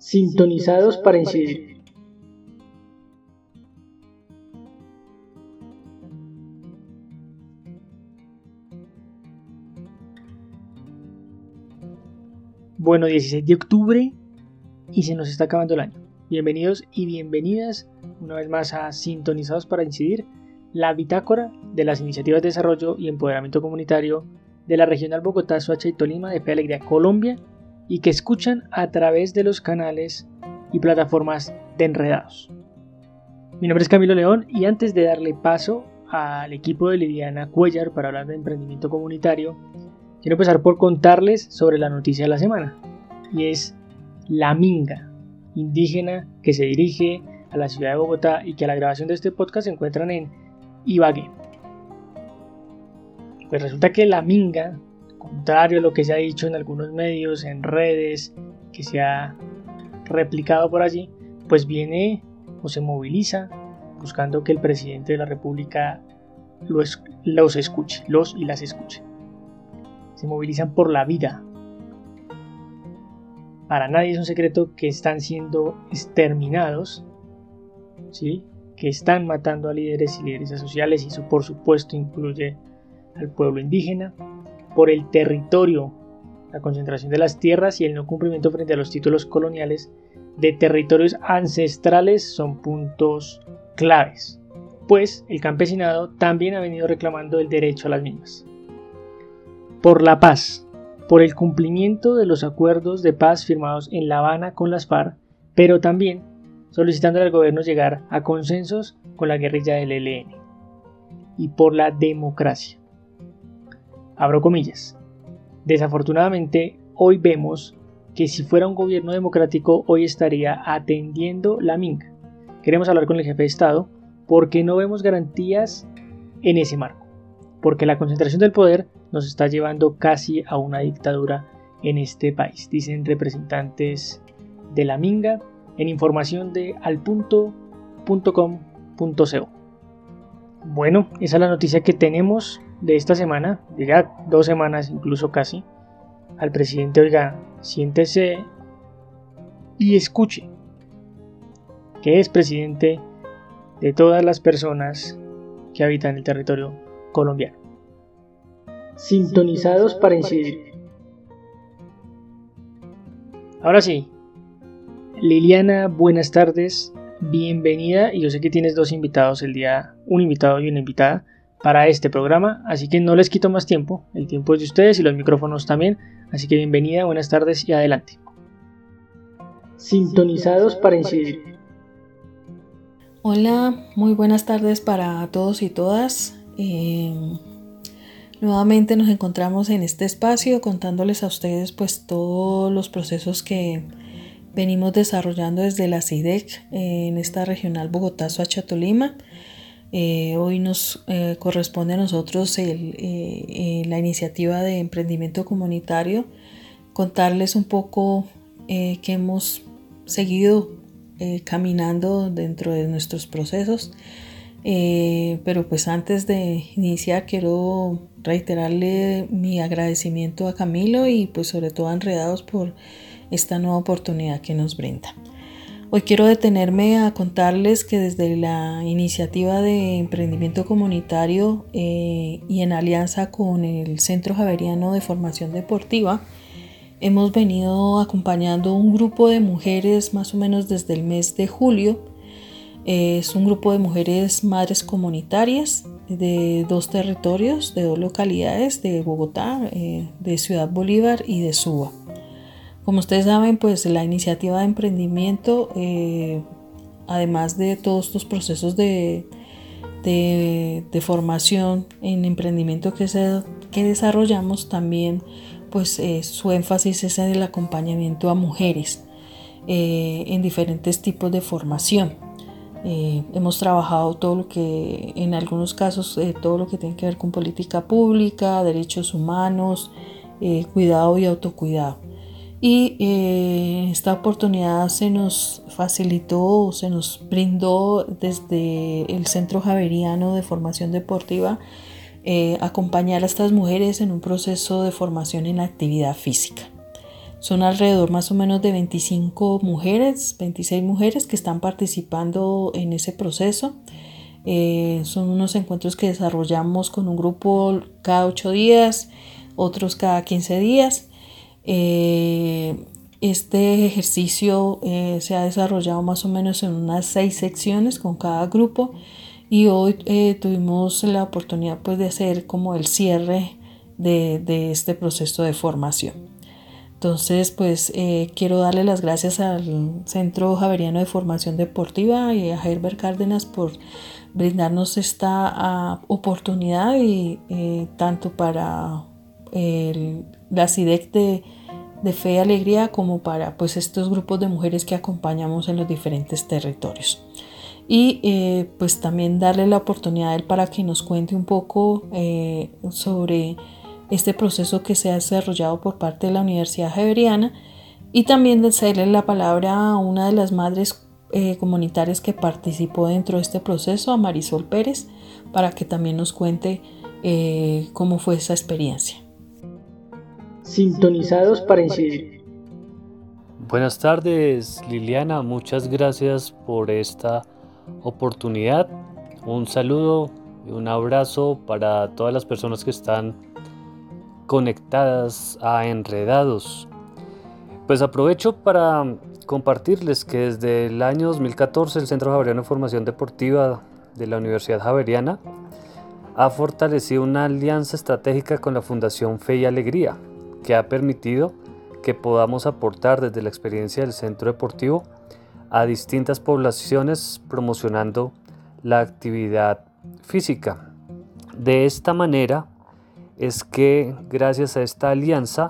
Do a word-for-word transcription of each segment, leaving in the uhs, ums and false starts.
Sintonizados para incidir. Bueno, dieciséis de octubre y se nos está acabando el año. Bienvenidos y bienvenidas una vez más a Sintonizados para incidir, la bitácora de las iniciativas de desarrollo y empoderamiento comunitario de la Regional Bogotá, Soacha y Tolima de Fe y Alegría Colombia, y que escuchan a través de los canales y plataformas de Enredados. Mi nombre es Camilo León y antes de darle paso al equipo de Liliana Cuellar para hablar de emprendimiento comunitario, quiero empezar por contarles sobre la noticia de la semana, y es la minga indígena que se dirige a la ciudad de Bogotá y que a la grabación de este podcast se encuentran en Ibagué. Pues resulta que la minga, contrario a lo que se ha dicho en algunos medios, en redes, que se ha replicado por allí, pues viene o se moviliza buscando que el presidente de la República los, los escuche, los y las escuche. Se movilizan por la vida. Para nadie es un secreto que están siendo exterminados, ¿sí? Que están matando a líderes y lideresas sociales, y eso por supuesto incluye al pueblo indígena, por el territorio, la concentración de las tierras y el no cumplimiento frente a los títulos coloniales de territorios ancestrales son puntos claves, pues el campesinado también ha venido reclamando el derecho a las mismas. Por la paz, por el cumplimiento de los acuerdos de paz firmados en La Habana con las FARC, pero también solicitando al gobierno llegar a consensos con la guerrilla del E L N. Y por la democracia. Abro comillas. Desafortunadamente, hoy vemos que si fuera un gobierno democrático, hoy estaría atendiendo la minga. Queremos hablar con el jefe de Estado porque no vemos garantías en ese marco. Porque la concentración del poder nos está llevando casi a una dictadura en este país, dicen representantes de la minga en información de alpunto punto com punto co. Bueno, esa es la noticia que tenemos de esta semana, de ya dos semanas incluso casi. Al presidente, oiga, siéntese y escuche, que es presidente de todas las personas que habitan el territorio colombiano. Sintonizados para incidir. Ahora sí, Liliana, buenas tardes, bienvenida, y yo sé que tienes dos invitados el día, un invitado y una invitada para este programa, así que no les quito más tiempo, el tiempo es de ustedes y los micrófonos también, así que bienvenida, buenas tardes y adelante. Sintonizados para incidir. Hola, muy buenas tardes para todos y todas. Eh, nuevamente nos encontramos en este espacio contándoles a ustedes pues todos los procesos que venimos desarrollando desde la C I D E C eh, en esta regional Bogotá, Soacha, Tolima. Eh, hoy nos eh, corresponde a nosotros el, eh, eh, la iniciativa de emprendimiento comunitario, contarles un poco eh, que hemos seguido eh, caminando dentro de nuestros procesos. Eh, pero pues antes de iniciar quiero reiterarle mi agradecimiento a Camilo y pues sobre todo a Enredados por esta nueva oportunidad que nos brinda. Hoy quiero detenerme a contarles que desde la iniciativa de emprendimiento comunitario eh, y en alianza con el Centro Javeriano de Formación Deportiva hemos venido acompañando un grupo de mujeres más o menos desde el mes de julio. Es un grupo de mujeres madres comunitarias de dos territorios, de dos localidades, de Bogotá, eh, de Ciudad Bolívar y de Suba. Como ustedes saben, pues la iniciativa de emprendimiento, eh, además de todos estos procesos de, de, de formación en emprendimiento que, se, que desarrollamos, también pues eh, su énfasis es en el acompañamiento a mujeres eh, en diferentes tipos de formación. Eh, hemos trabajado todo lo que, en algunos casos, eh, todo lo que tiene que ver con política pública, derechos humanos, eh, cuidado y autocuidado. Y eh, esta oportunidad se nos facilitó, se nos brindó desde el Centro Javeriano de Formación Deportiva eh, acompañar a estas mujeres en un proceso de formación en actividad física. Son alrededor más o menos de veinticinco mujeres, veintiséis mujeres que están participando en ese proceso. Eh, son unos encuentros que desarrollamos con un grupo cada ocho días, otros cada quince días. Eh, este ejercicio eh, se ha desarrollado más o menos en unas seis secciones con cada grupo, y hoy eh, tuvimos la oportunidad pues de hacer como el cierre de, de este proceso de formación. Entonces pues eh, quiero darle las gracias al Centro Javeriano de Formación Deportiva y a Herbert Cárdenas por brindarnos esta uh, oportunidad, y eh, tanto para el, la C I D E C de, de Fe y Alegría como para pues estos grupos de mujeres que acompañamos en los diferentes territorios. Y eh, pues también darle la oportunidad a él para que nos cuente un poco eh, sobre este proceso que se ha desarrollado por parte de la Universidad Javeriana, y también de cederle la palabra a una de las madres eh, comunitarias que participó dentro de este proceso, a Marisol Pérez, para que también nos cuente eh, cómo fue esa experiencia. Sintonizados para incidir. Buenas tardes, Liliana, muchas gracias por esta oportunidad. Un saludo y un abrazo para todas las personas que están conectadas a Enredados. Pues aprovecho para compartirles que desde el año dos mil catorce el Centro Javeriano de Formación Deportiva de la Universidad Javeriana ha fortalecido una alianza estratégica con la Fundación Fe y Alegría, que ha permitido que podamos aportar desde la experiencia del centro deportivo a distintas poblaciones promocionando la actividad física. De esta manera es que gracias a esta alianza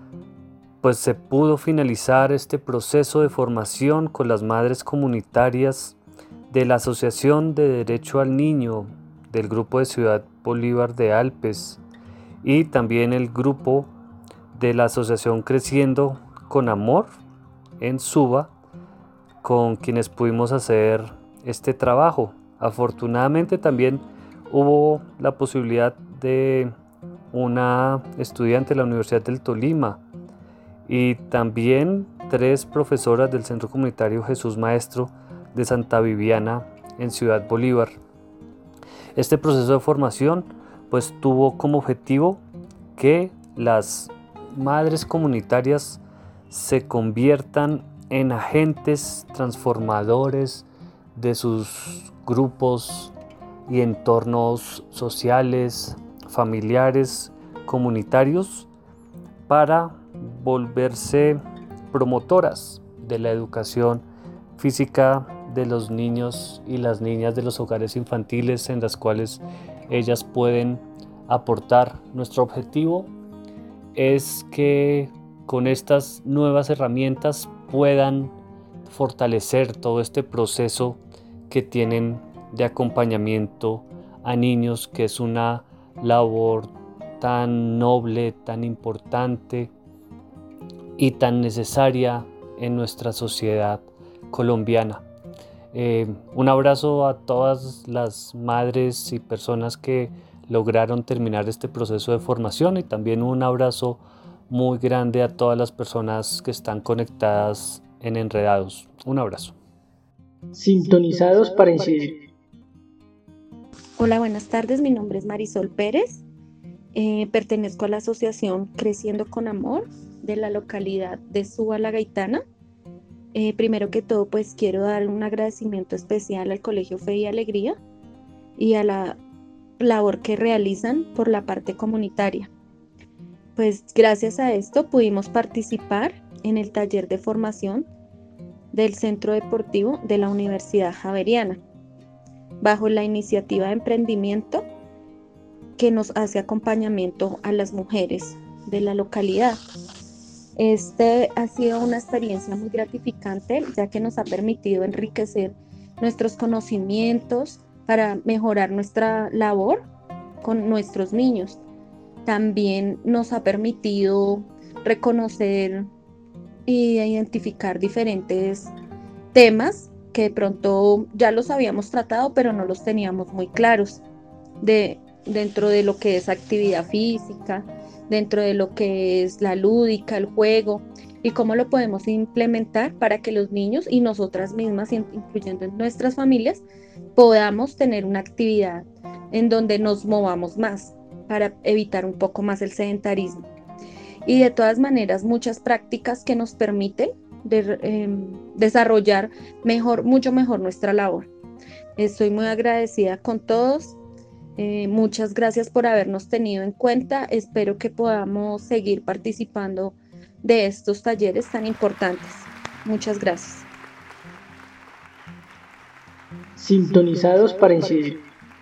pues se pudo finalizar este proceso de formación con las madres comunitarias de la Asociación de Derecho al Niño del Grupo de Ciudad Bolívar de Alpes, y también el grupo de la Asociación Creciendo con Amor en Suba, con quienes pudimos hacer este trabajo. Afortunadamente también hubo la posibilidad de una estudiante de la Universidad del Tolima y también tres profesoras del Centro Comunitario Jesús Maestro de Santa Viviana en Ciudad Bolívar. Este proceso de formación pues tuvo como objetivo que las madres comunitarias se conviertan en agentes transformadores de sus grupos y entornos sociales, familiares, comunitarios, para volverse promotoras de la educación física de los niños y las niñas de los hogares infantiles en las cuales ellas pueden aportar. Nuestro objetivo es que con estas nuevas herramientas puedan fortalecer todo este proceso que tienen de acompañamiento a niños, que es una labor tan noble, tan importante y tan necesaria en nuestra sociedad colombiana. Eh, un abrazo a todas las madres y personas que lograron terminar este proceso de formación, y también un abrazo muy grande a todas las personas que están conectadas en Enredados. Un abrazo. Sintonizados para incidir. Hola, buenas tardes. Mi nombre es Marisol Pérez. Eh, pertenezco a la Asociación Creciendo con Amor de la localidad de Suba la Gaitana. Eh, primero que todo, pues quiero dar un agradecimiento especial al Colegio Fe y Alegría y a la labor que realizan por la parte comunitaria. Pues gracias a esto pudimos participar en el taller de formación del Centro Deportivo de la Universidad Javeriana, bajo la iniciativa de emprendimiento que nos hace acompañamiento a las mujeres de la localidad. Este ha sido una experiencia muy gratificante, ya que nos ha permitido enriquecer nuestros conocimientos para mejorar nuestra labor con nuestros niños. También nos ha permitido reconocer e identificar diferentes temas que de pronto ya los habíamos tratado, pero no los teníamos muy claros, de, dentro de lo que es actividad física, dentro de lo que es la lúdica, el juego. y cómo lo podemos implementar para que los niños y nosotras mismas, incluyendo en nuestras familias, podamos tener una actividad en donde nos movamos más para evitar un poco más el sedentarismo. Y de todas maneras, muchas prácticas que nos permiten de, eh, desarrollar mejor, mucho mejor nuestra labor. Estoy muy agradecida con todos. Eh, muchas gracias por habernos tenido en cuenta. Espero que podamos seguir participando de estos talleres tan importantes. Muchas gracias. Sintonizados para incidir.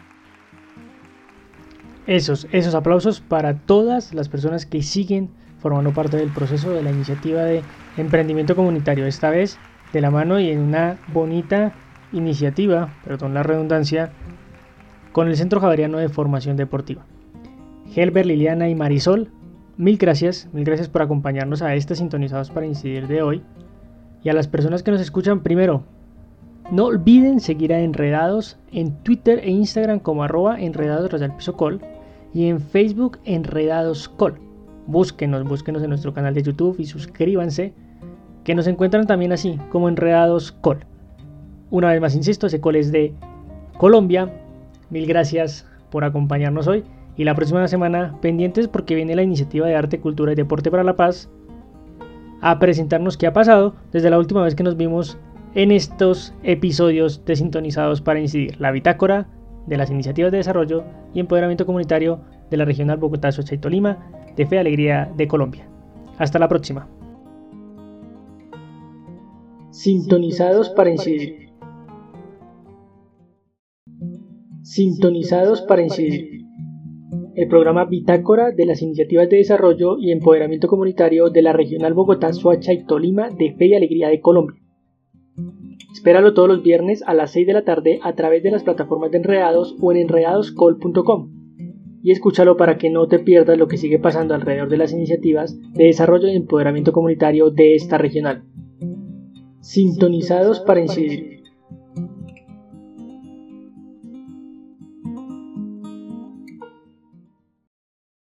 Esos, esos aplausos para todas las personas que siguen formando parte del proceso de la iniciativa de emprendimiento comunitario, esta vez de la mano y en una bonita iniciativa, perdón la redundancia, con el Centro Javeriano de Formación Deportiva. Helber, Liliana y Marisol, mil gracias, mil gracias por acompañarnos a este Sintonizados para Incidir de hoy. Y a las personas que nos escuchan, primero, no olviden seguir a Enredados en Twitter e Instagram como arroba enredados rayal piso col y en Facebook Enredados Col. Búsquenos, búsquenos en nuestro canal de YouTube y suscríbanse, que nos encuentran también así, como Enredados Col. Una vez más insisto, ese col es de Colombia. Mil gracias por acompañarnos hoy y la próxima semana pendientes porque viene la iniciativa de Arte, Cultura y Deporte para la Paz a presentarnos qué ha pasado desde la última vez que nos vimos en estos episodios de Sintonizados para Incidir, la bitácora de las iniciativas de desarrollo y empoderamiento comunitario de la Regional Bogotá, Soacha y Tolima, de Fe y Alegría de Colombia. Hasta la próxima. Sintonizados para incidir. Sintonizados para incidir. El programa Bitácora de las iniciativas de desarrollo y empoderamiento comunitario de la Regional Bogotá, Soacha y Tolima, de Fe y Alegría de Colombia. Espéralo todos los viernes a las seis de la tarde a través de las plataformas de Enredados o en enredados col punto com. Y escúchalo para que no te pierdas lo que sigue pasando alrededor de las iniciativas de desarrollo y empoderamiento comunitario de esta regional. Sintonizados para incidir.